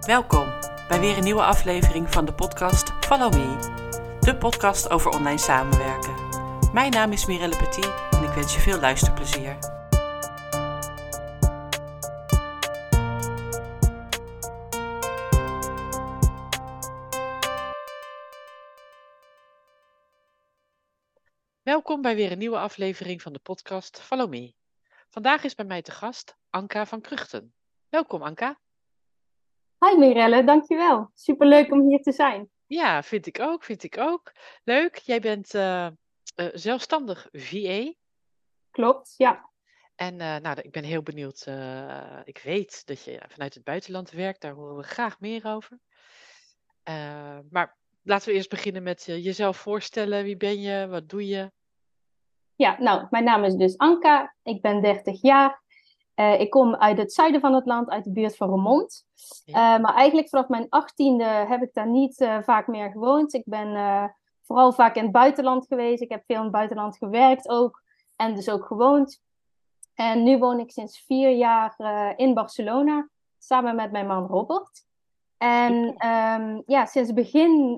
Welkom bij weer een nieuwe aflevering van de podcast Follow Me, de podcast over online samenwerken. Mijn naam is Mirelle Petit en ik wens je veel luisterplezier. Welkom bij weer een nieuwe aflevering van de podcast Follow Me. Vandaag is bij mij te gast Anka van Kruchten. Welkom Anka. Hi Mirelle, dankjewel. Superleuk om hier te zijn. Ja, vind ik ook. Leuk, jij bent zelfstandig VA. Klopt, ja. En ik ben heel benieuwd. Ik weet dat je vanuit het buitenland werkt, daar horen we graag meer over. Maar laten we eerst beginnen met jezelf voorstellen. Wie ben je? Wat doe je? Ja, nou, mijn naam is dus Anka. Ik ben 30 jaar. Ik kom uit het zuiden van het land, uit de buurt van Roermond. Ja. Maar eigenlijk vanaf mijn 18e heb ik daar niet vaak meer gewoond. Ik ben vooral vaak in het buitenland geweest. Ik heb veel in het buitenland gewerkt ook. En dus ook gewoond. En nu woon ik sinds 4 jaar in Barcelona. Samen met mijn man Robert. En sinds begin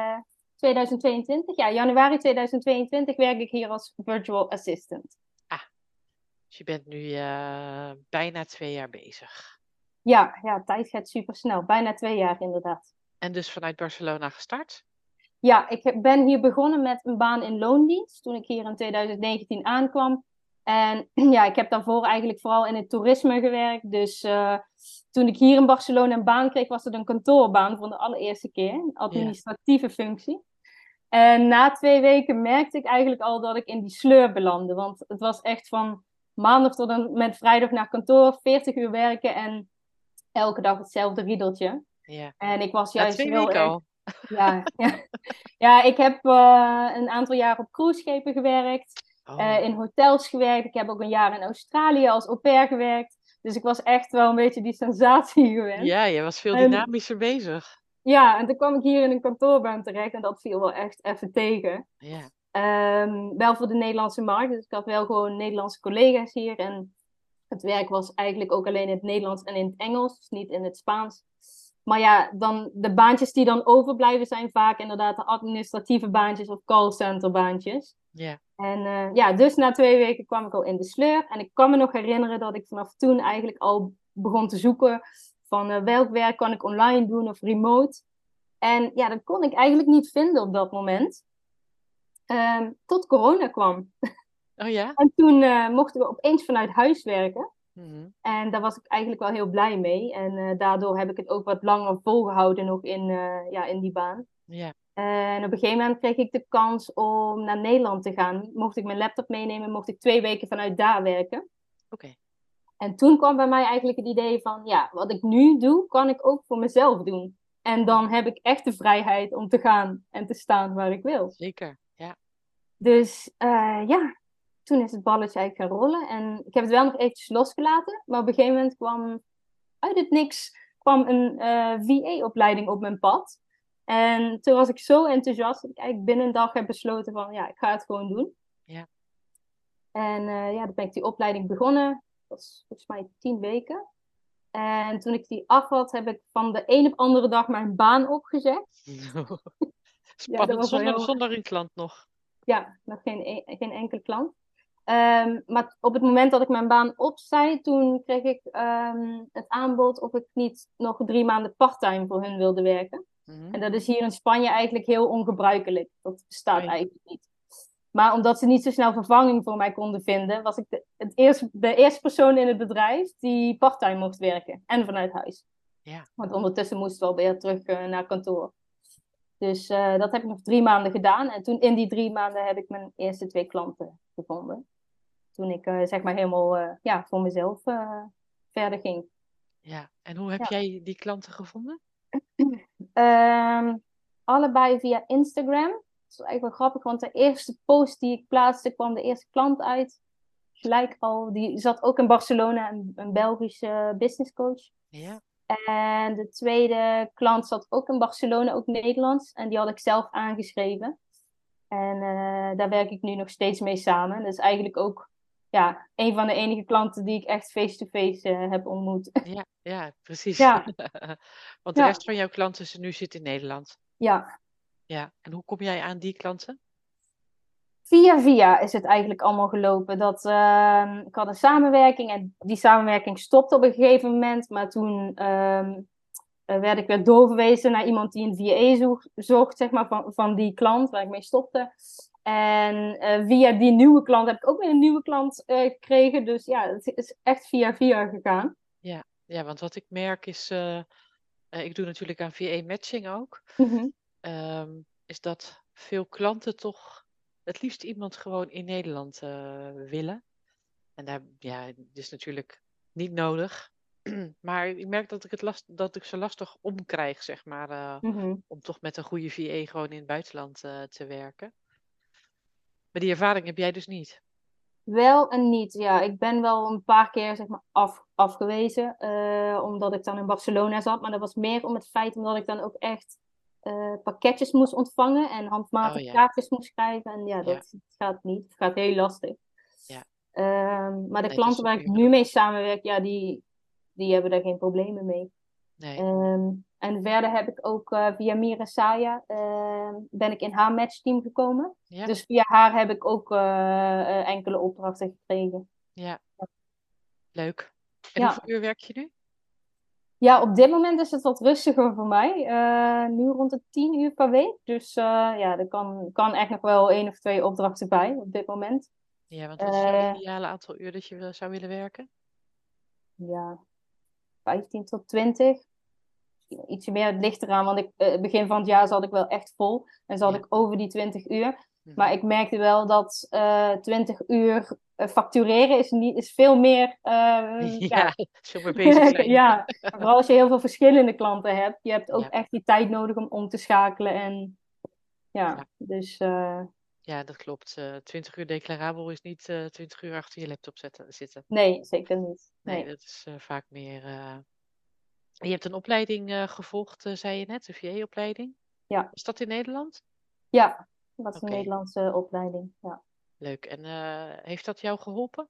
2022, januari 2022, werk ik hier als virtual assistant. Dus je bent nu bijna 2 jaar bezig. Ja, tijd gaat super snel. Bijna 2 jaar inderdaad. En dus vanuit Barcelona gestart? Ja, ik ben hier begonnen met een baan in loondienst toen ik hier in 2019 aankwam. En ja, ik heb daarvoor eigenlijk vooral in het toerisme gewerkt. Dus toen ik hier in Barcelona een baan kreeg, was het een kantoorbaan voor de allereerste keer. Een administratieve functie. En na 2 weken merkte ik eigenlijk al dat ik in die sleur belandde. Want het was echt van maandag tot en met vrijdag naar kantoor, 40 uur werken en elke dag hetzelfde riedeltje. Ja. En ik was juist 2 heel weken erg... al? Ja, ik heb een aantal jaar op cruiseschepen gewerkt. In hotels gewerkt. Ik heb ook een jaar in Australië als au pair gewerkt. Dus ik was echt wel een beetje die sensatie gewend. Ja, je was veel dynamischer bezig. Ja, en toen kwam ik hier in een kantoorbaan terecht. En dat viel wel echt even tegen. Ja. Wel voor de Nederlandse markt. Dus ik had wel gewoon Nederlandse collega's hier. En het werk was eigenlijk ook alleen in het Nederlands en in het Engels. Dus niet in het Spaans. Maar ja, dan, de baantjes die dan overblijven zijn vaak inderdaad de administratieve baantjes of callcenter baantjes. Ja. En dus na 2 weken kwam ik al in de sleur. En ik kan me nog herinneren dat ik vanaf toen eigenlijk al begon te zoeken van welk werk kan ik online doen of remote. En ja, dat kon ik eigenlijk niet vinden op dat moment. Tot corona kwam. Oh ja? En toen mochten we opeens vanuit huis werken. Mm-hmm. En daar was ik eigenlijk wel heel blij mee. En daardoor heb ik het ook wat langer volgehouden nog in die baan. Ja. En op een gegeven moment kreeg ik de kans om naar Nederland te gaan. Mocht ik mijn laptop meenemen, mocht ik 2 weken vanuit daar werken. Oké. En toen kwam bij mij eigenlijk het idee van, ja, wat ik nu doe, kan ik ook voor mezelf doen. En dan heb ik echt de vrijheid om te gaan en te staan waar ik wil. Zeker, ja. Dus toen is het balletje eigenlijk gaan rollen. En ik heb het wel nog eventjes losgelaten. Maar op een gegeven moment kwam uit het niks een VA-opleiding op mijn pad. En toen was ik zo enthousiast dat ik eigenlijk binnen een dag heb besloten van, ja, ik ga het gewoon doen. Ja. En dan ben ik die opleiding begonnen. Dat was volgens mij 10 weken. En toen ik die af had, heb ik van de een op andere dag mijn baan opgezegd. Spannend, zonder een klant nog. Ja, nog geen enkele klant. Maar op het moment dat ik mijn baan opzei, toen kreeg ik het aanbod of ik niet nog 3 maanden parttime voor hun wilde werken. Mm-hmm. En dat is hier in Spanje eigenlijk heel ongebruikelijk. Dat bestaat eigenlijk niet. Maar omdat ze niet zo snel vervanging voor mij konden vinden, was ik de eerste persoon in het bedrijf die parttime mocht werken. En vanuit huis. Ja. Want ondertussen moesten we alweer terug naar kantoor. Dus dat heb ik nog 3 maanden gedaan. En toen in die 3 maanden heb ik mijn eerste 2 klanten gevonden. Toen ik zeg maar helemaal voor mezelf verder ging. Ja, en hoe heb jij die klanten gevonden? Allebei via Instagram. Dat is eigenlijk wel grappig, want de eerste post die ik plaatste, kwam de eerste klant uit. Gelijk al, die zat ook in Barcelona, een Belgische business coach. Ja. En de tweede klant zat ook in Barcelona, ook Nederlands. En die had ik zelf aangeschreven. En daar werk ik nu nog steeds mee samen. Dat is eigenlijk ook ja, een van de enige klanten die ik echt face-to-face heb ontmoet. Ja, precies. Ja, Want de ja, rest van jouw klanten nu zit in Nederland. ja. Ja, en hoe kom jij aan die klanten? Via is het eigenlijk allemaal gelopen. Ik had een samenwerking en die samenwerking stopte op een gegeven moment. Maar toen werd ik weer doorverwezen naar iemand die een VA zocht, zeg maar, van die klant waar ik mee stopte. En via die nieuwe klant heb ik ook weer een nieuwe klant gekregen. Dus ja, het is echt via gegaan. Ja, want wat ik merk is, ik doe natuurlijk aan VA matching ook, Mhm. is dat veel klanten toch het liefst iemand gewoon in Nederland willen. En daar, ja, het is natuurlijk niet nodig. Maar ik merk dat dat ik ze lastig omkrijg, zeg maar, Mhm. om toch met een goede VA gewoon in het buitenland te werken. Maar die ervaring heb jij dus niet. Wel en niet. Ja, ik ben wel een paar keer zeg maar, afgewezen. Omdat ik dan in Barcelona zat. Maar dat was meer om het feit omdat ik dan ook echt pakketjes moest ontvangen. En Oh handmatig ja, kaartjes moest schrijven. En ja, ja, dat gaat niet. Het gaat heel lastig. ja. Maar de Nee, dat is klanten te waar ik duur nu genoeg. mee samenwerk, ja, die hebben daar geen problemen mee. Nee, En verder heb ik ook via Mira Saya ben ik in haar matchteam gekomen. ja, Dus via haar heb ik ook enkele opdrachten gekregen. ja, leuk. En hoeveel Ja. uur werk je nu? Ja, op dit moment is het wat rustiger voor mij. Nu rond de 10 uur per week. Dus ja, er kan echt nog wel 1 of 2 opdrachten bij op dit moment. Ja, want wat is jouw Eh, ideale aantal uur dat je zou willen werken? ja, 15 tot 20. Ietsje meer, het ligt eraan, want begin van het jaar zat ik wel echt vol. En zat Ja. ik over die 20 uur. Maar Mhm. ik merkte wel dat 20 uur factureren is veel meer. Ja, Ja, veel meer bezig zijn. ja, vooral als je heel veel verschillende klanten hebt. Je hebt ook Ja, echt die tijd nodig om te schakelen. En ja, ja, dus ja, dat klopt. 20 uur declarabel is niet 20 uur achter je laptop zitten. nee, zeker niet. Nee, Nee, dat is vaak meer. Je hebt een opleiding gevolgd, zei je net, een VA-opleiding. ja, Is dat in Nederland? ja, dat is een Oké, Nederlandse opleiding. Ja. leuk. En heeft dat jou geholpen?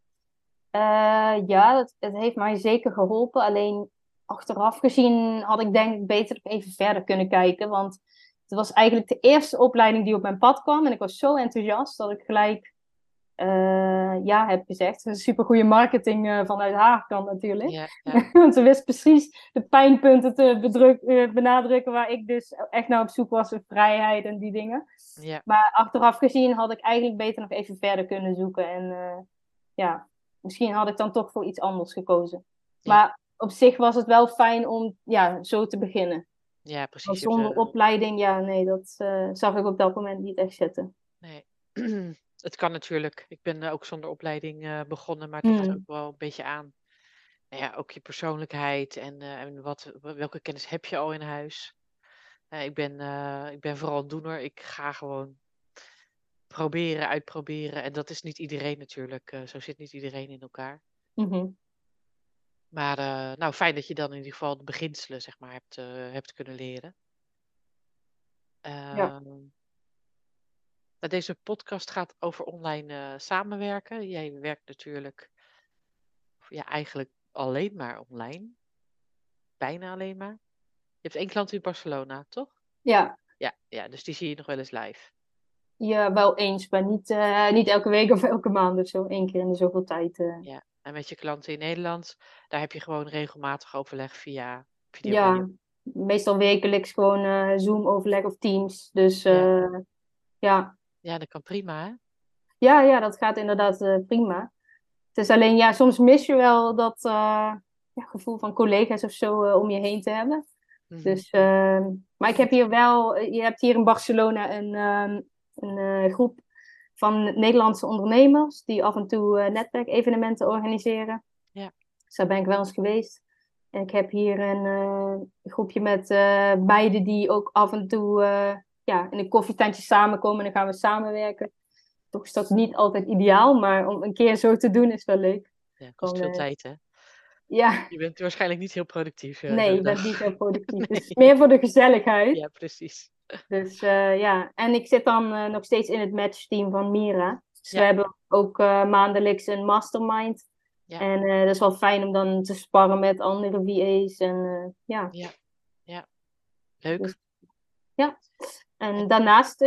Ja, het heeft mij zeker geholpen. Alleen achteraf gezien had ik denk ik beter nog even verder kunnen kijken. Want het was eigenlijk de eerste opleiding die op mijn pad kwam. En ik was zo enthousiast dat ik gelijk ja heb gezegd. Het is een supergoeie marketing vanuit haar kant natuurlijk. Ja, ja, Want ze wist precies de pijnpunten te benadrukken waar ik dus echt naar op zoek was. De vrijheid en die dingen. ja, Maar achteraf gezien had ik eigenlijk beter nog even verder kunnen zoeken. En ja, misschien had ik dan toch voor iets anders gekozen. ja, Maar op zich was het wel fijn om ja, zo te beginnen. ja, Maar precies. Je zonder hebt, opleiding, ja, nee, dat zag ik op dat moment niet echt zitten. nee. Het kan natuurlijk. Ik ben ook zonder opleiding begonnen, maar het ligt ook Hmm. wel een beetje aan. Nou ja, ook je persoonlijkheid en welke kennis heb je al in huis. Ik ben vooral een doener. Ik ga gewoon proberen, uitproberen. En dat is niet iedereen natuurlijk. Zo zit niet iedereen in elkaar. Mhm. Maar nou, fijn dat je dan in ieder geval de beginselen, zeg maar, hebt kunnen leren. Ja, Ehm, Deze podcast gaat over online samenwerken. Jij werkt natuurlijk, ja, eigenlijk alleen maar online. Bijna alleen maar. Je hebt één klant in Barcelona, toch? ja. Ja, dus die zie je nog wel eens live. Ja, wel eens, maar niet elke week of elke maand of zo. 1 keer in de zoveel tijd. Ja. En met je klanten in Nederland, daar heb je gewoon regelmatig overleg via videobellen. Ja, meestal wekelijks gewoon Zoom-overleg of Teams. Dus Ja. ja. Ja, dat kan prima, hè? Ja, dat gaat inderdaad prima. Het is alleen, ja, soms mis je wel dat ja, gevoel van collega's of zo om je heen te hebben. Mhm. Dus, maar ik heb hier wel, je hebt hier in Barcelona een groep van Nederlandse ondernemers die af en toe netwerkevenementen organiseren. Ja, Dus daar ben ik wel eens geweest. En ik heb hier een groepje met meiden die ook af en toe ja, in een koffietentje samenkomen en dan gaan we samenwerken. Toch is dat niet altijd ideaal, maar om een keer zo te doen is wel leuk. ja, kost Gewoon, veel tijd, hè? ja, Je bent waarschijnlijk niet heel productief nee, zo'n je bent niet dag. heel productief. Het is Nee. meer voor de gezelligheid. Ja, precies. Dus ja, en ik zit dan nog steeds in het matchteam van Mira. Dus we Ja, hebben ook maandelijks een mastermind. ja, En dat is wel fijn om dan te sparren met andere VA's. En ja, ja, ja. dus Leuk. ja. En En, daarnaast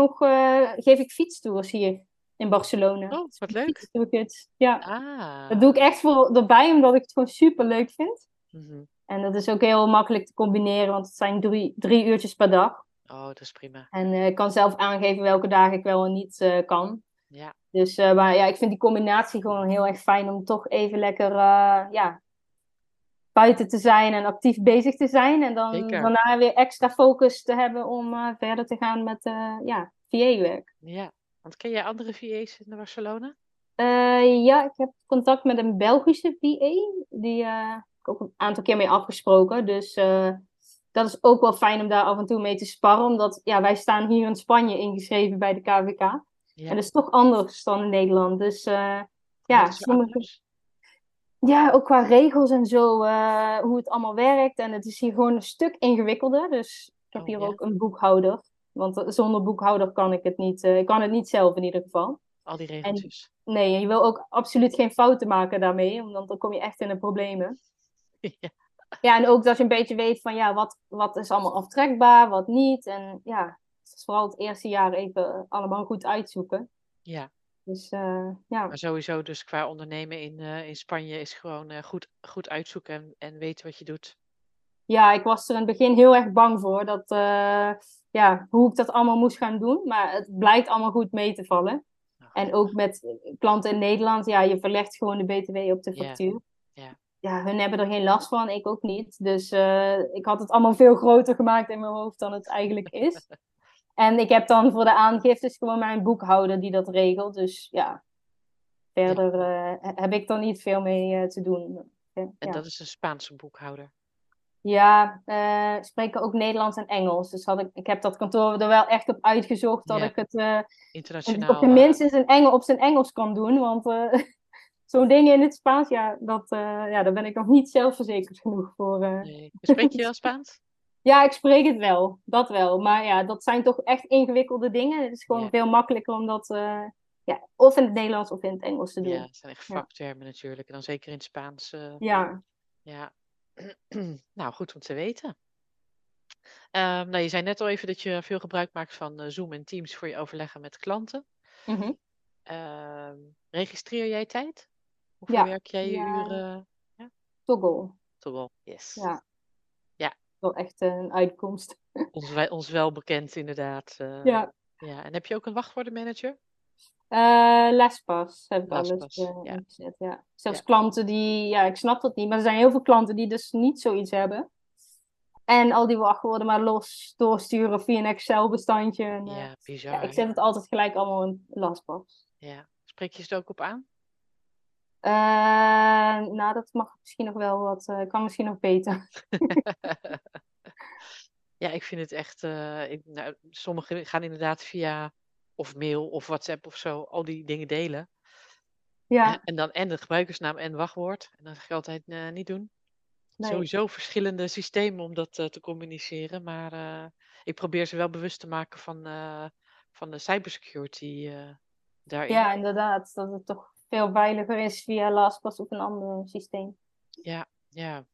geef ik fietstours hier in Barcelona. oh, Dus wat met leuk. fietstoergids. Ja, dat doe ik Ah. echt voor erbij, omdat ik het gewoon super leuk vind. Mhm. En dat is ook heel makkelijk te combineren, want het zijn drie uurtjes per dag. Oh, dat is prima. En ik kan zelf aangeven welke dagen ik wel en niet kan. Ja, Dus maar ja, ik vind die combinatie gewoon heel erg fijn om toch even lekker ja, buiten te zijn en actief bezig te zijn. En dan zeker. daarna weer extra focus te hebben om verder te gaan met ja, VA-werk. Ja. Want ken jij andere VA's in Barcelona? Ja, ik heb contact met een Belgische VA. Die heb ik ook een aantal keer mee afgesproken. Dus dat is ook wel fijn om daar af en toe mee te sparren. Omdat ja, wij staan hier in Spanje ingeschreven bij de KVK. En Ja. dat is toch anders dan in Nederland. Dus Wat ja, is er sommige, anders? ja, ook qua regels en zo, hoe het allemaal werkt. En het is hier gewoon een stuk ingewikkelder. Dus ik heb Oh hier ja, ook een boekhouder. Want zonder boekhouder kan ik het niet. Ik kan het niet zelf in ieder geval. al die En regeltjes. nee, en je wil ook absoluut geen fouten maken daarmee. Want dan kom je echt in de problemen. Ja, Ja, en ook dat je een beetje weet van ja, wat is allemaal aftrekbaar, wat niet. En ja, het is vooral het eerste jaar even allemaal goed uitzoeken. ja. Dus ja. Maar sowieso dus qua ondernemen in Spanje is gewoon goed uitzoeken en weten wat je doet. Ja, ik was er in het begin heel erg bang voor dat, ja, hoe ik dat allemaal moest gaan doen. Maar het blijkt allemaal goed mee te vallen. Nou, En ook met klanten in Nederland, ja, je verlegt gewoon de BTW op de ja, factuur. ja, Ja, hun hebben er geen last van, ik ook niet. Dus ik had het allemaal veel groter gemaakt in mijn hoofd dan het eigenlijk is. En ik heb dan voor de aangiftes gewoon mijn boekhouder die dat regelt. Dus ja, ja. verder heb ik er niet veel mee te doen. En Ja. dat is een Spaanse boekhouder. Ja, spreken ook Nederlands en Engels. Dus ik heb dat kantoor er wel echt op uitgezocht dat Ja, ik het op internationaal. zijn minst in op zijn Engels kan doen. Want zo'n ding in het Spaans, ja, ja, daar ben ik nog niet zelfverzekerd genoeg voor. Nee. Spreek je wel Spaans? Ja, ik spreek het wel, dat wel. Maar ja, dat zijn toch echt ingewikkelde dingen. Het is gewoon Ja, veel makkelijker om dat ja, of in het Nederlands of in het Engels te ja, doen. het zijn echt Ja, vaktermen natuurlijk. En dan zeker in het Spaans. ja. Ja. Nou, goed om te weten. Nou, je zei net al even dat je veel gebruik maakt van Zoom en Teams voor je overleggen met klanten. Mhm. Ehm, Registreer jij tijd? Hoe Ja, verwerk jij je ja, uren? Ja, Toggle. toch wel. Yes. Ja, Ja, wel echt een uitkomst. ons wel bekend inderdaad. Ja. Ja, en heb je ook een wachtwoordenmanager? LastPass heb ik alles LastPass. Ja, ingezet, ja. ja, Zelfs klanten die, ja, ik snap dat niet, maar er zijn heel veel klanten die dus niet zoiets hebben. En al die wachtwoorden maar los doorsturen via een Excel-bestandje. En, ja, ja, bizar ik hè? zet het altijd gelijk allemaal in LastPass. Ja. Spreek je ze er ook op aan? Nou, dat mag misschien nog wel wat, kan misschien nog beter. Ja, ik vind het echt. Nou, sommigen gaan inderdaad via of mail of WhatsApp of zo al die dingen delen. Ja, En dan en de gebruikersnaam en wachtwoord. En dan zeg ik altijd niet doen. nee. Sowieso verschillende systemen om dat te communiceren. Maar ik probeer ze wel bewust te maken van de cybersecurity daarin. Ja, inderdaad. Dat het toch veel veiliger is via LastPass of een ander systeem. Ja, ja.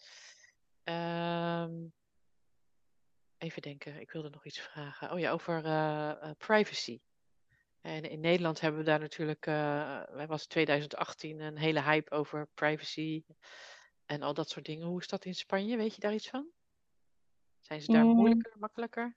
Ehm, even denken, ik wilde nog iets vragen. Oh ja, over privacy. En in Nederland hebben we daar natuurlijk, was 2018 een hele hype over privacy en al dat soort dingen. Hoe is dat in Spanje? Weet je daar iets van? Zijn ze daar Mm, moeilijker, makkelijker?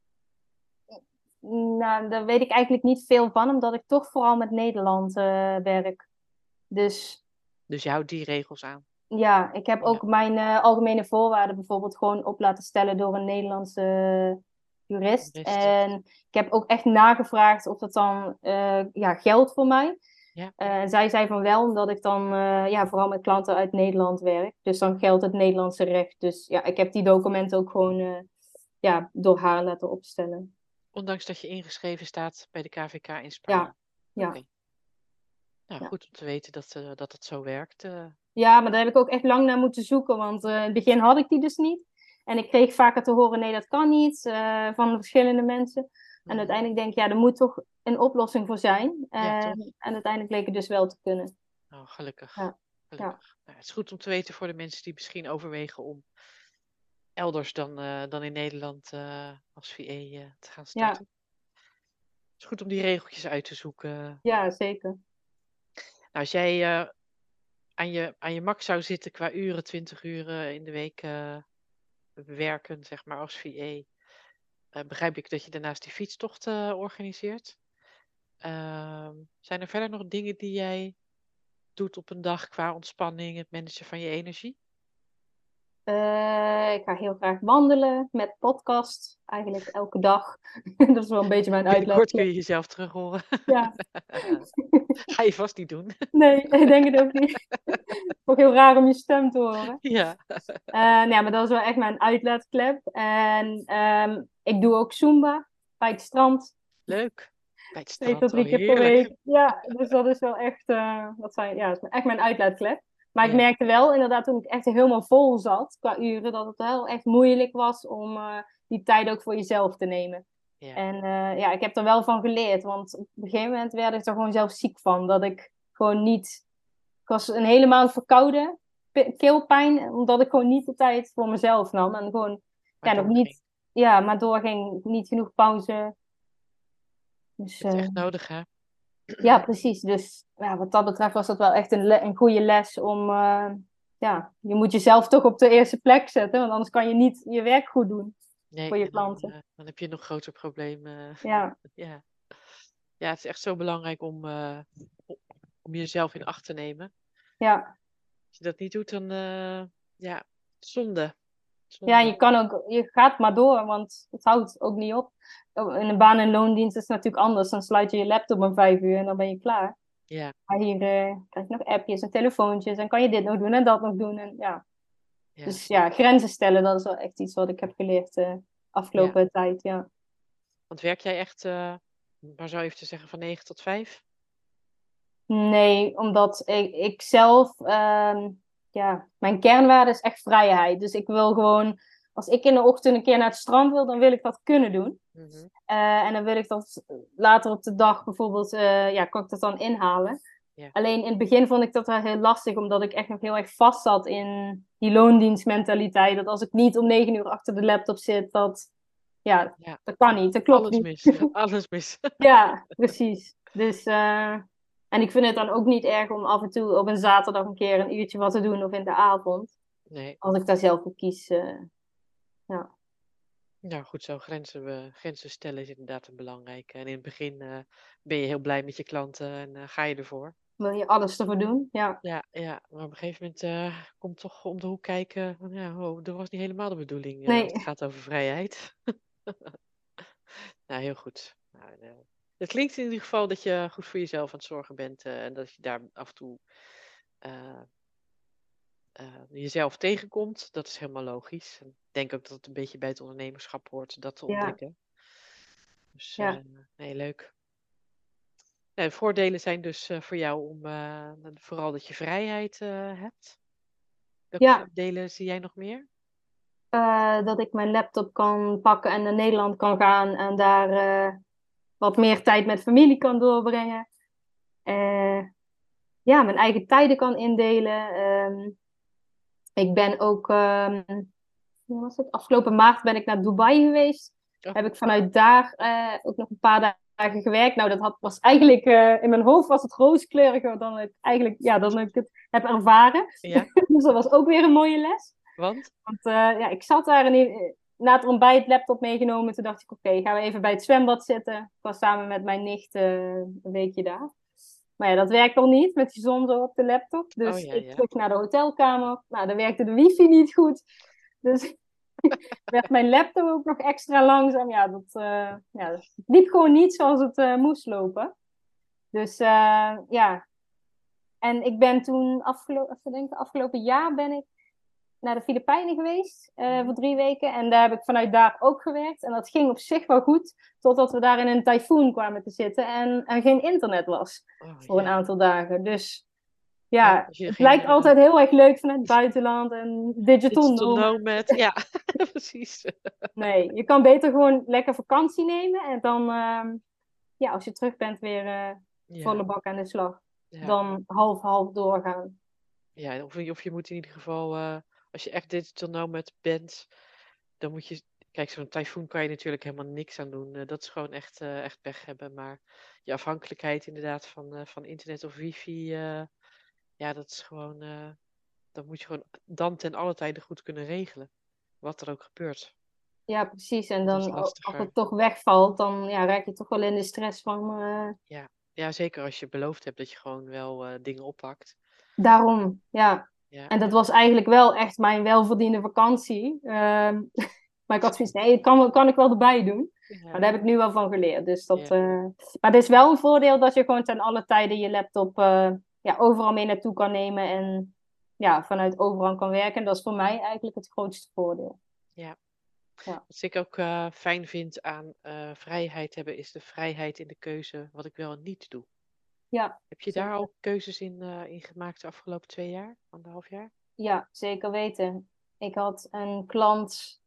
nou, daar weet ik eigenlijk niet veel van, omdat ik toch vooral met Nederland werk. Dus Dus je houdt die regels aan. ja, ik heb Ja, ook mijn algemene voorwaarden bijvoorbeeld gewoon op laten stellen door een Nederlandse jurist. rest. En ik heb ook echt nagevraagd of dat dan ja, geldt voor mij. Ja, Zij zei van wel, omdat ik dan ja, vooral met klanten uit Nederland werk. Dus dan geldt het Nederlandse recht. Dus ja, ik heb die documenten ook gewoon ja, door haar laten opstellen. ondanks dat je ingeschreven staat bij de KVK in Spanje. Ja, ja, Oké, nou ja. goed om te weten dat het zo werkt. Ja, maar daar heb ik ook echt lang naar moeten zoeken. Want in het begin had ik die dus niet. En ik kreeg vaker te horen, nee, dat kan niet. Van verschillende mensen. En uiteindelijk denk ik, ja, er moet toch een oplossing voor zijn. Ja, toch? En uiteindelijk bleek het dus wel te kunnen. Oh, gelukkig. Ja, ja, Gelukkig. Nou, het is goed om te weten voor de mensen die misschien overwegen om elders dan in Nederland als VA te gaan ja, starten. Het is goed om die regeltjes uit te zoeken. ja, zeker. Nou, als jij aan je max zou zitten qua uren, 20 uren in de week werken, zeg maar, als VA, begrijp ik dat je daarnaast die fietstocht organiseert. Zijn er verder nog dingen die jij doet op een dag qua ontspanning, het managen van je energie? Ik ga heel graag wandelen met podcast. Eigenlijk elke dag. Dat is wel een beetje mijn Binnenkort kun uitlaatklep. je jezelf terug horen. Ja. Ga je vast niet doen. Nee, ik denk het ook niet. Ook heel raar om je stem te horen. Ja, Nee, maar dat is wel echt mijn uitlaatklep. En ik doe ook Zumba bij het strand. leuk. Bij het 2 tot strand, oh 3 keer per week. heerlijk. Ja, dus dat is wel echt, dat is echt mijn uitlaatklep. Maar ik Ja, merkte wel inderdaad toen ik echt helemaal vol zat qua uren, dat het wel echt moeilijk was om die tijd ook voor jezelf te nemen. ja, En ja, ik heb er wel van geleerd, want op een gegeven moment werd ik er gewoon zelf ziek van. Dat ik gewoon niet, ik was een hele maand verkouden, keelpijn, omdat ik gewoon niet de tijd voor mezelf nam. En gewoon, ja, maar nog doorging. niet, ja, maar doorging, niet genoeg pauze. Dus, Het is echt nodig, hè? ja, precies. Dus ja, wat dat betreft was dat wel echt een goede les om... ja, je moet jezelf toch op de eerste plek zetten, want anders kan je niet je werk goed doen Nee, voor je en klanten. dan heb je een nog groter probleem. Ja, Ja. Ja, het is echt zo belangrijk om jezelf in acht te nemen. ja. Als je dat niet doet, dan ja, zonde. Ja, Zonde. je gaat maar door, want het houdt ook niet op. In een baan- en loondienst is het natuurlijk anders. Dan sluit je je laptop om 5 uur en dan ben je klaar. Ja, Maar hier krijg je nog appjes en telefoontjes en kan je dit nog doen en dat nog doen. En, ja. ja, Dus ja, grenzen stellen, dat is wel echt iets wat ik heb geleerd ja. afgelopen tijd. Ja. Want werk jij echt, maar zou je even te zeggen, van 9 tot 5? Nee, omdat ik zelf, ja, mijn kernwaarde is echt vrijheid. Dus ik wil gewoon, als ik in de ochtend een keer naar het strand wil, dan wil ik dat kunnen doen. Mhm. En dan wil ik dat later op de dag bijvoorbeeld, ja, kan ik dat dan inhalen. Ja, Alleen in het begin vond ik dat wel heel lastig, omdat ik echt nog heel erg vast zat in die loondienstmentaliteit. Dat als ik niet om 9 uur achter de laptop zit, ja, ja. dat kan niet, dat klopt Alles niet. mis. Alles mis. Ja, precies. Dus, en ik vind het dan ook niet erg om af en toe op een zaterdag een keer een uurtje wat te doen of in de avond. Nee. Als ik daar zelf voor kies. Ja. Nou goed zo, grenzen stellen is inderdaad een belangrijke. En in het begin ben je heel blij met je klanten en ga je ervoor. Wil je alles ervoor doen? Ja. Ja, ja, maar op een gegeven moment komt toch om de hoek kijken. Van, ja, oh, dat was niet helemaal de bedoeling als het Nee. gaat over vrijheid. Nou, heel goed. Nou, het klinkt in ieder geval dat je goed voor jezelf aan het zorgen bent en dat je daar af en toe eh, jezelf tegenkomt. Dat is helemaal logisch. En ik denk ook dat het een beetje bij het ondernemerschap hoort dat te Ja. ontdekken. Dus Ja. nee, leuk. Nou, de voordelen zijn dus voor jou om vooral dat je vrijheid hebt. Welke Ja. voordelen zie jij nog meer? Dat ik mijn laptop kan pakken en naar Nederland kan gaan en daar wat meer tijd met familie kan doorbrengen. Ja, mijn eigen tijden kan indelen. Ik ben ook, hoe was het? Afgelopen maart ben ik naar Dubai geweest. Oh, Heb ik vanuit daar ook nog een paar dagen gewerkt. Nou, was eigenlijk, in mijn hoofd was het rooskleuriger dan ik eigenlijk, ja, dan ik het heb ervaren. ja, Dus dat was ook weer een mooie les. want? Want ja, ik zat daar en na het ontbijt laptop meegenomen. Toen dacht ik, oké, gaan we even bij het zwembad zitten. Ik was samen met mijn nicht een weekje daar. Maar ja, dat werkt al niet met die zon zo op de laptop. Dus Oh ja, ik ja. terug naar de hotelkamer. Nou, dan werkte de wifi niet goed. Dus werd mijn laptop ook nog extra langzaam. Ja, dat liep gewoon niet zoals het moest lopen. Dus ja. En ik ben toen afgelopen jaar ben ik naar de Filipijnen geweest voor 3 weken. En daar heb ik vanuit daar ook gewerkt. En dat ging op zich wel goed. Totdat we daar in een tyfoon kwamen te zitten. En er geen internet was Oh voor een ja. aantal dagen. Dus Ja, ja, als je het geen lijkt altijd heel erg leuk vanuit het buitenland. En digital digital nomad. nomad, ja. Precies. Nee, je kan beter gewoon lekker vakantie nemen en dan, als je terug bent, weer Ja, volle bak aan de slag. ja. Dan half-half doorgaan. Ja, of je moet in ieder geval, als je echt digital nomad bent, dan moet je, kijk, zo'n tyfoon kan je natuurlijk helemaal niks aan doen. Dat is gewoon echt pech hebben. Maar je afhankelijkheid inderdaad van internet of wifi, ja, dat is gewoon, dat moet je gewoon dan ten alle tijde goed kunnen regelen. Wat er ook gebeurt. Ja, precies. En Dat is dan als lastiger. het toch wegvalt, dan raak je toch wel in de stress van Ja. Ja, zeker als je beloofd hebt dat je gewoon wel dingen oppakt. daarom. Ja. Ja, En dat was eigenlijk wel echt mijn welverdiende vakantie. Maar ik had zoiets, nee, kan ik wel erbij doen. Maar ja, daar heb ik nu wel van geleerd. Dus dat, ja, maar het is wel een voordeel dat je gewoon ten alle tijden je laptop overal mee naartoe kan nemen. En vanuit overal kan werken. Dat is voor mij eigenlijk het grootste voordeel. ja. Ja, Wat ik ook fijn vind aan vrijheid hebben, is de vrijheid in de keuze wat ik wel en niet doe. ja, Heb je daar zeker. al keuzes in gemaakt de afgelopen 2 jaar, 1,5 jaar? Ja, zeker weten. Ik had een klant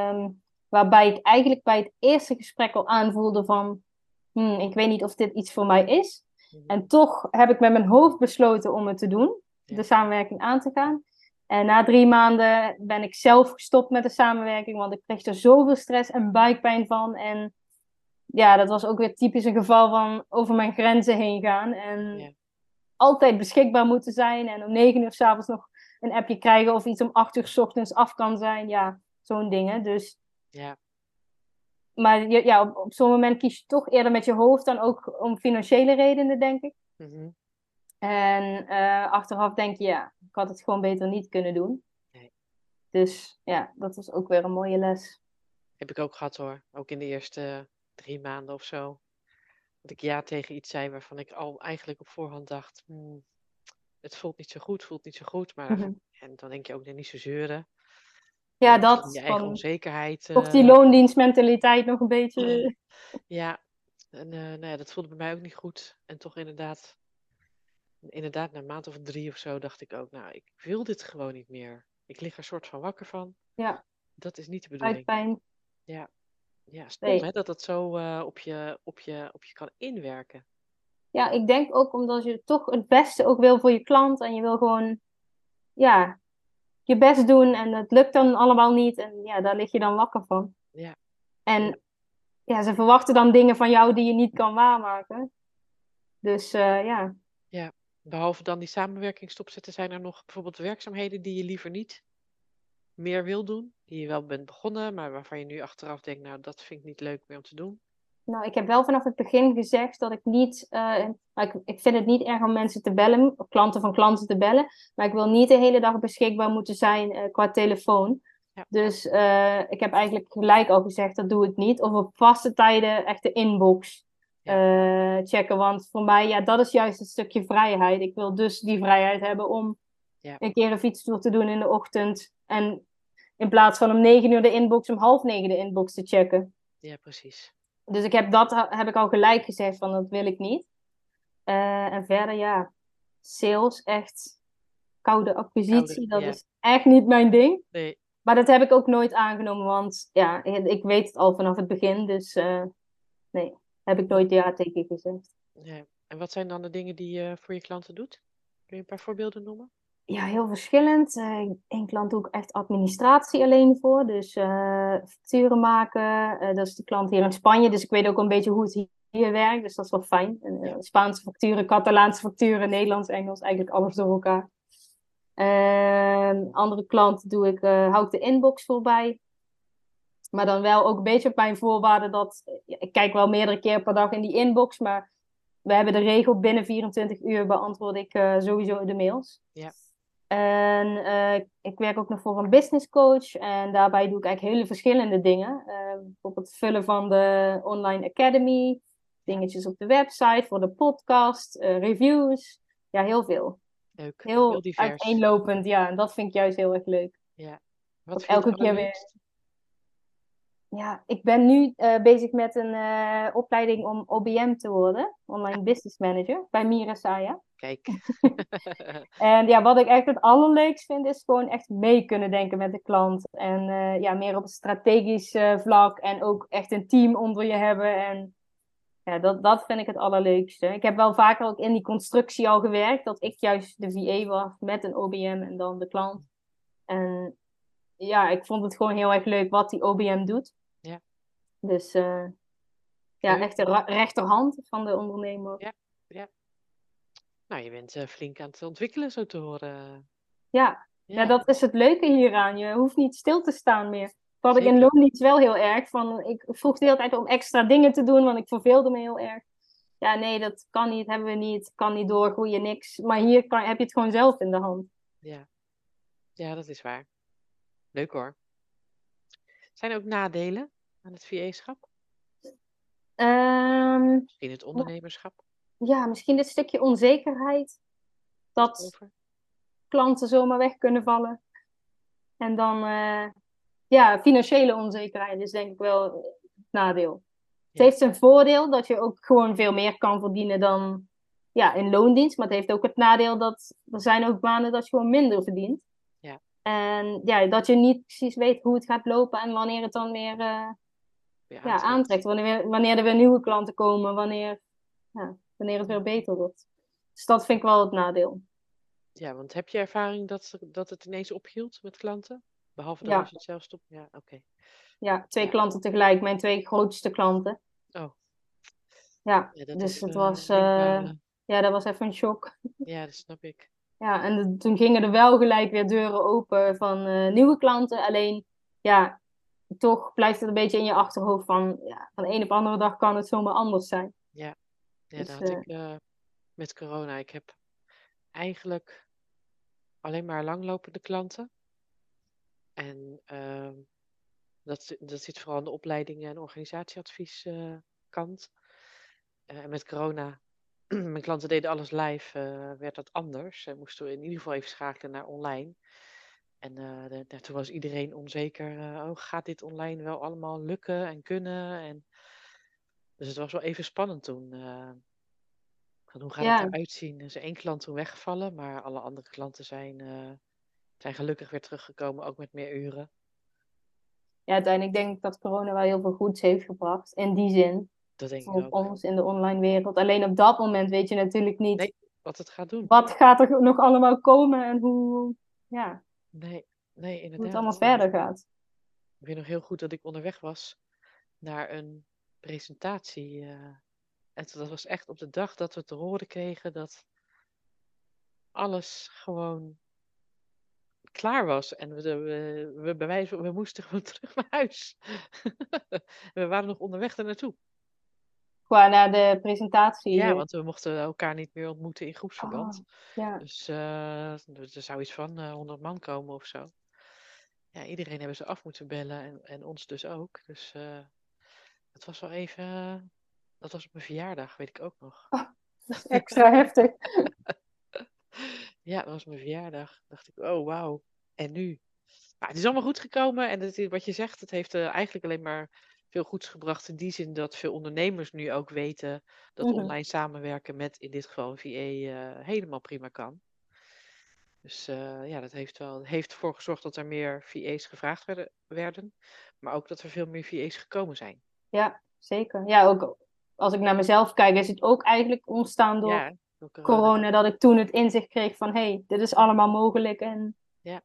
waarbij ik eigenlijk bij het eerste gesprek al aanvoelde van, ik weet niet of dit iets voor mij is. Mhm. En toch heb ik met mijn hoofd besloten om het te doen, de Ja, samenwerking aan te gaan. En na 3 maanden ben ik zelf gestopt met de samenwerking, want ik kreeg er zoveel stress en buikpijn van. En ja, dat was ook weer typisch een geval van over mijn grenzen heen gaan. En ja, altijd beschikbaar moeten zijn. En om 9 uur 's avonds nog een appje krijgen of iets om 8 uur 's ochtends af kan zijn. Ja, zo'n dingen. Dus, ja. maar op zo'n moment kies je toch eerder met je hoofd dan ook om financiële redenen, denk ik. Mhm. En achteraf denk je, ja, ik had het gewoon beter niet kunnen doen. Nee. Dus ja, dat was ook weer een mooie les. Heb ik ook gehad hoor. Ook in de eerste 3 maanden of zo. Dat ik ja tegen iets zei waarvan ik al eigenlijk op voorhand dacht, het voelt niet zo goed, voelt niet zo goed. Maar Mhm. en dan denk je ook, nee, niet zo zeuren. Ja, Misschien je dat eigen van onzekerheid. toch die loondienstmentaliteit nog een beetje. Ja, en nou ja, dat voelde bij mij ook niet goed. En toch inderdaad, na een maand of 3 of zo dacht ik ook, nou, ik wil dit gewoon niet meer. Ik lig er soort van wakker van. Ja, Dat is niet de bedoeling. buikpijn. Ja, ja, stom Nee. hè, dat dat zo op je kan inwerken. Ja, ik denk ook omdat je toch het beste ook wil voor je klant. En je wil gewoon, ja, je best doen. En het lukt dan allemaal niet. En ja, daar lig je dan wakker van. Ja, ja, En ja, ze verwachten dan dingen van jou die je niet kan waarmaken. Dus ja. ja. Behalve dan die samenwerking stopzetten, zijn er nog bijvoorbeeld werkzaamheden die je liever niet meer wil doen? Die je wel bent begonnen, maar waarvan je nu achteraf denkt, nou, dat vind ik niet leuk meer om te doen. Nou, ik heb wel vanaf het begin gezegd dat ik niet. Ik vind het niet erg om mensen te bellen, of klanten van klanten te bellen. Maar ik wil niet de hele dag beschikbaar moeten zijn qua telefoon. Ja, Dus ik heb eigenlijk gelijk al gezegd, dat doe ik niet. Of op vaste tijden echt de inbox ja, checken. Want voor mij, ja, dat is juist een stukje vrijheid. Ik wil dus die vrijheid hebben om ja, een keer een fietstoer te doen in de ochtend. En in plaats van om 9 uur de inbox, om half 9 de inbox te checken. ja, precies. Dus heb ik al gelijk gezegd van dat wil ik niet. En verder ja, sales, echt koude Koude, acquisitie, dat ja, is echt niet mijn ding. nee, Maar dat heb ik ook nooit aangenomen, want ja, ik weet het al vanaf het begin. Dus nee, heb ik nee, nooit ja tegen gezegd. nee. En wat zijn dan de dingen die je voor je klanten doet? Kun je een paar voorbeelden noemen? Ja, heel verschillend. Eén klant doe ik echt administratie alleen voor. Dus facturen maken. Dat is de klant hier in Spanje. Dus ik weet ook een beetje hoe het hier werkt. Dus dat is wel fijn. En, Ja, Spaanse facturen, Catalaanse facturen, Nederlands, Engels. Eigenlijk alles door elkaar. Andere klant hou ik de inbox voorbij. Maar dan wel ook een beetje op mijn voorwaarden dat... ik kijk wel meerdere keer per dag in die inbox. Maar we hebben de regel binnen 24 uur beantwoord ik sowieso de mails. ja, En ik werk ook nog voor een business coach. En daarbij doe ik eigenlijk hele verschillende dingen. Bijvoorbeeld het vullen van de online academy. ja, Dingetjes op de website, voor de podcast, reviews. Ja, heel veel. leuk. Heel Heel divers. uiteenlopend, ja. En dat vind ik juist heel erg leuk. Ja. Wat Ook vind je elke het keer weer. allerleukst? Ja, ik ben nu bezig met een opleiding om OBM te worden. Online Business Manager. Bij Mira Saya. Kijk. En ja, wat ik echt het allerleukst vind, is gewoon echt mee kunnen denken met de klant. En ja, meer op het strategisch vlak en ook echt een team onder je hebben. En ja, dat vind ik het allerleukste. Ik heb wel vaker ook in die constructie al gewerkt, dat ik juist de VA was met een OBM en dan de klant. En ja, ik vond het gewoon heel erg leuk wat die OBM doet. Ja, Dus ja, leuk. echt de rechterhand van de ondernemer. Ja, ja. Nou, je bent flink aan het ontwikkelen, zo te horen. Ja. Ja, Ja, dat is het leuke hieraan. Je hoeft niet stil te staan meer. Dat had ik in zeker. loondienst wel heel erg. Van, ik vroeg de hele tijd om extra dingen te doen, want ik verveelde me heel erg. Ja, nee, dat kan niet, hebben we niet, kan niet doorgroeien, niks. Maar hier heb je het gewoon zelf in de hand. Ja, ja, dat is waar. Leuk hoor. Zijn er ook nadelen aan het VA-schap? Ehm, Misschien het ondernemerschap? ja, misschien dit stukje onzekerheid. Dat Over? klanten zomaar weg kunnen vallen. En dan, ja, financiële onzekerheid is denk ik wel het nadeel. Het Ja, heeft zijn voordeel dat je ook gewoon veel meer kan verdienen dan ja, in loondienst. Maar het heeft ook het nadeel dat er zijn ook banen dat je gewoon minder verdient. ja, En ja, dat je niet precies weet hoe het gaat lopen en wanneer het dan weer weer ja, aantrekt. aantrekt. Wanneer er weer nieuwe klanten komen, wanneer het weer beter wordt. Dus dat vind ik wel het nadeel. Ja, want heb je ervaring dat het ineens ophield met klanten? Behalve dan als Ja, je het zelf stopt? Ja, oké. ja, twee Ja. klanten tegelijk, mijn twee grootste klanten. Oh, Ja, ja, dat dus is het was, denkbaar. ja, dat was even een shock. Ja, dat snap ik. Ja, en toen gingen er wel gelijk weer deuren open van nieuwe klanten. Alleen, ja, toch blijft het een beetje in je achterhoofd van, ja, van de een op de andere dag kan het zomaar anders zijn. Ja, ja, dat Dus had ik met corona. Ik heb eigenlijk alleen maar langlopende klanten. En dat zit vooral aan de opleidingen en organisatieadvies kant. En met corona, mijn klanten deden alles live, werd dat anders. Ze moesten in ieder geval even schakelen naar online. En toen was iedereen onzeker. Oh, gaat dit online wel allemaal lukken en kunnen? Dus het was wel even spannend toen. Van hoe gaat het ja, eruit zien? Er is één klant toen weggevallen, maar alle andere klanten zijn gelukkig weer teruggekomen, ook met meer uren. ja, uiteindelijk denk ik dat corona wel heel veel goeds heeft gebracht. In die zin, Dat denk ik voor ook. ons in de online wereld. Alleen op dat moment weet je natuurlijk niet Nee, wat het gaat doen. wat gaat er nog allemaal komen en ja, Nee, nee, hoe het allemaal inderdaad. verder gaat. Ik weet nog heel goed dat ik onderweg was naar een presentatie. En dat was echt op de dag dat we te horen kregen dat alles gewoon klaar was. En we moesten gewoon terug naar huis. We waren nog onderweg er naartoe. Qua naar de presentatie. Ja, want we mochten elkaar niet meer ontmoeten in Oh, groepsverband. ja. Dus er zou iets van 100 man komen of zo. Ja, iedereen hebben ze af moeten bellen en ons dus ook. Dus het was wel even. Dat was op mijn verjaardag, weet ik ook nog. Oh, dat is extra heftig. Ja, dat was mijn verjaardag. Dacht ik, oh wauw. En nu? Maar het is allemaal goed gekomen. En wat je zegt, het heeft eigenlijk alleen maar veel goeds gebracht. In die zin dat veel ondernemers nu ook weten dat Mhm. online samenwerken met in dit geval een VA helemaal prima kan. Dus ja, dat heeft ervoor gezorgd dat er meer VA's gevraagd werden. Maar ook dat er veel meer VA's gekomen zijn. Ja, zeker. Ja, ook als ik naar mezelf kijk, is het ook eigenlijk ontstaan door Ja, door corona. corona, dat ik toen het inzicht kreeg van, hé, hey, dit is Ja, allemaal mogelijk. En ja,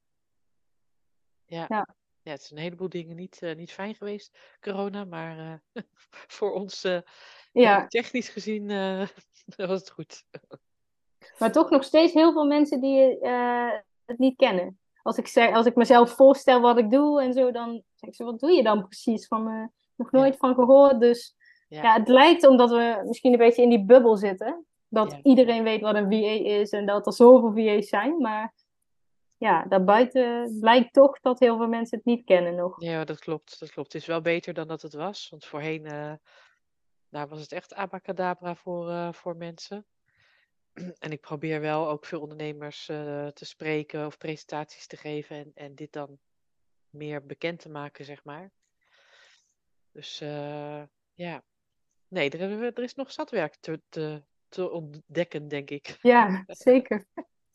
ja. ja, Ja, het is een heleboel dingen niet fijn geweest, corona. Maar voor ons, ja, technisch gezien, was het goed. maar toch nog steeds heel veel mensen die het niet kennen. Als ik mezelf voorstel wat ik doe en zo, dan zeg ik ze, wat doe je dan precies? Van, nog Ja, nooit van gehoord. Dus ja, ja, het lijkt omdat we misschien een beetje in die bubbel zitten. Dat ja. iedereen weet wat een VA is en dat er zoveel VA's zijn. Maar ja, daarbuiten blijkt toch dat heel veel mensen het niet kennen nog. Ja, dat klopt. Dat klopt. Het is wel beter dan dat het was. Want voorheen nou, was het echt abacadabra voor mensen. En ik probeer wel ook veel ondernemers te spreken of presentaties te geven. En dit dan meer bekend te maken, zeg maar. Dus ja. Nee, er is nog zat werk te ontdekken, denk ik. Ja, zeker.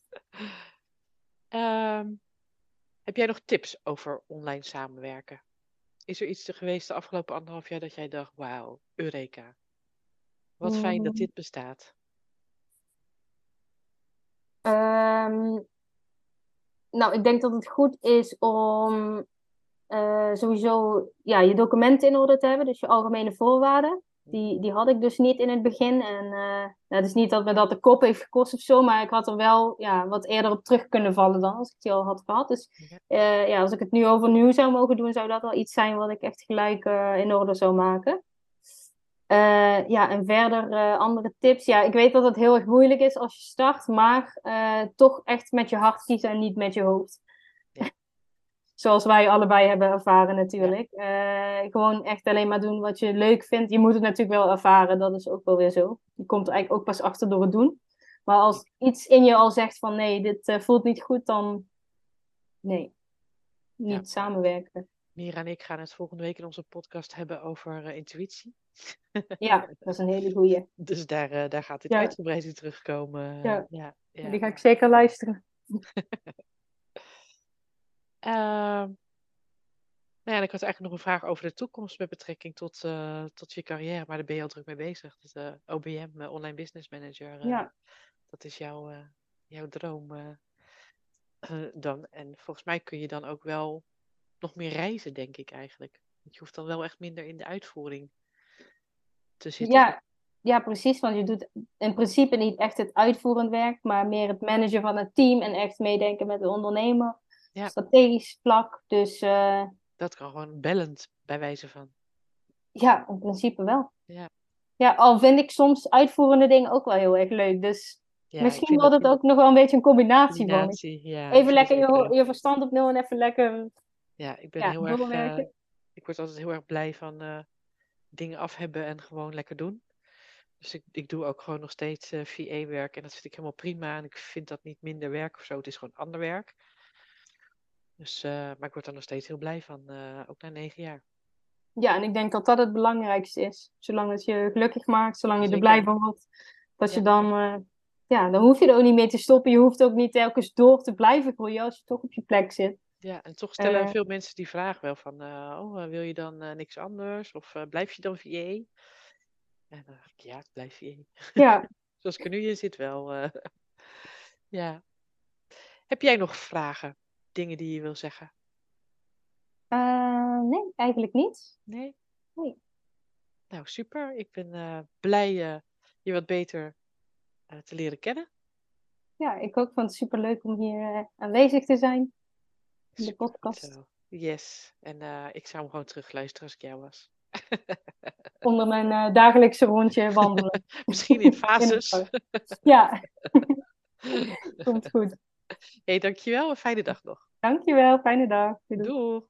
Heb jij nog tips over online samenwerken? Is er iets geweest de afgelopen 1,5 jaar dat jij dacht, wauw, Eureka. Wat fijn dat Mm, dit bestaat. ehm, nou, ik denk dat het goed is om sowieso je documenten in orde te hebben, dus je algemene voorwaarden. Die had ik dus niet in het begin. En het is niet dat me dat de kop heeft gekost of zo, maar ik had er wel wat eerder op terug kunnen vallen dan als ik die al had gehad. Dus als ik het nu overnieuw zou mogen doen, zou dat wel iets zijn wat ik echt gelijk in orde zou maken. En verder andere tips. Ja, ik weet dat het heel erg moeilijk is als je start, maar toch echt met je hart kiezen en niet met je hoofd. Ja. Zoals wij allebei hebben ervaren natuurlijk. Gewoon echt alleen maar doen wat je leuk vindt. Je moet het natuurlijk wel ervaren, dat is ook wel weer zo. Je komt er eigenlijk ook pas achter door het doen. Maar als iets in je al zegt van nee, dit voelt niet goed, dan nee, niet samenwerken. Mira en ik gaan het volgende week in onze podcast hebben over intuïtie. Ja, dat is een hele goeie. Dus daar gaat dit uitgebreid in terugkomen. Ja. Die ga ik zeker luisteren. En ik had eigenlijk nog een vraag over de toekomst met betrekking tot je carrière, maar daar ben je al druk mee bezig. Dus OBM, Online Business Manager, dat is jouw droom dan. En volgens mij kun je dan ook wel nog meer reizen, denk ik eigenlijk. Want je hoeft dan wel echt minder in de uitvoering te zitten. Ja, precies. Want je doet in principe niet echt het uitvoerend werk, maar meer het managen van het team en echt meedenken met de ondernemer. Ja. Strategisch vlak. Dus, dat kan gewoon bellend bij wijze van. Ja, in principe wel. Ja, al vind ik soms uitvoerende dingen ook wel heel erg leuk. Dus misschien wordt het ook nog wel een beetje een combinatie van. Even lekker je verstand op nul en even lekker. Ja, ik ben heel erg. Ik word altijd heel erg blij van dingen af hebben en gewoon lekker doen. Dus ik doe ook gewoon nog steeds VA-werk en dat vind ik helemaal prima. En ik vind dat niet minder werk of zo. Het is gewoon ander werk. Dus, maar ik word er nog steeds heel blij van, ook na 9 jaar. Ja, en ik denk dat dat het belangrijkste is. Zolang het je gelukkig maakt, zolang je er blij van wordt. Dat je dan, dan hoef je er ook niet mee te stoppen. Je hoeft ook niet telkens door te blijven groeien als je toch op je plek zit. Ja, en toch stellen veel mensen die vraag wel van, wil je dan niks anders? Of blijf je dan VA? En dan dacht ik, ja, ik blijf VA. Ja. Zoals ik er nu in zit wel. Ja. Heb jij nog vragen? Dingen die je wil zeggen? Nee, eigenlijk niet. Nee? Nou, super. Ik ben blij je wat beter te leren kennen. Ja, ik ook vond het super leuk om hier aanwezig te zijn. In de podcast. Zo. Yes. En ik zou hem gewoon terugluisteren als ik jou was. Onder mijn dagelijkse rondje wandelen. Misschien in fases. Ja. Komt goed. Hey, dankjewel. Een fijne dag nog. Dankjewel. Fijne dag. Doei.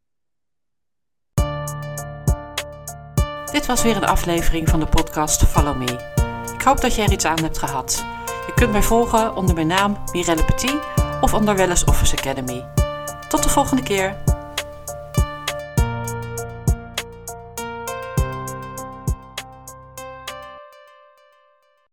Dit was weer een aflevering van de podcast Follow Me. Ik hoop dat je er iets aan hebt gehad. Je kunt mij volgen onder mijn naam Mirelle Petit of onder Wellness Office Academy. Tot de volgende keer.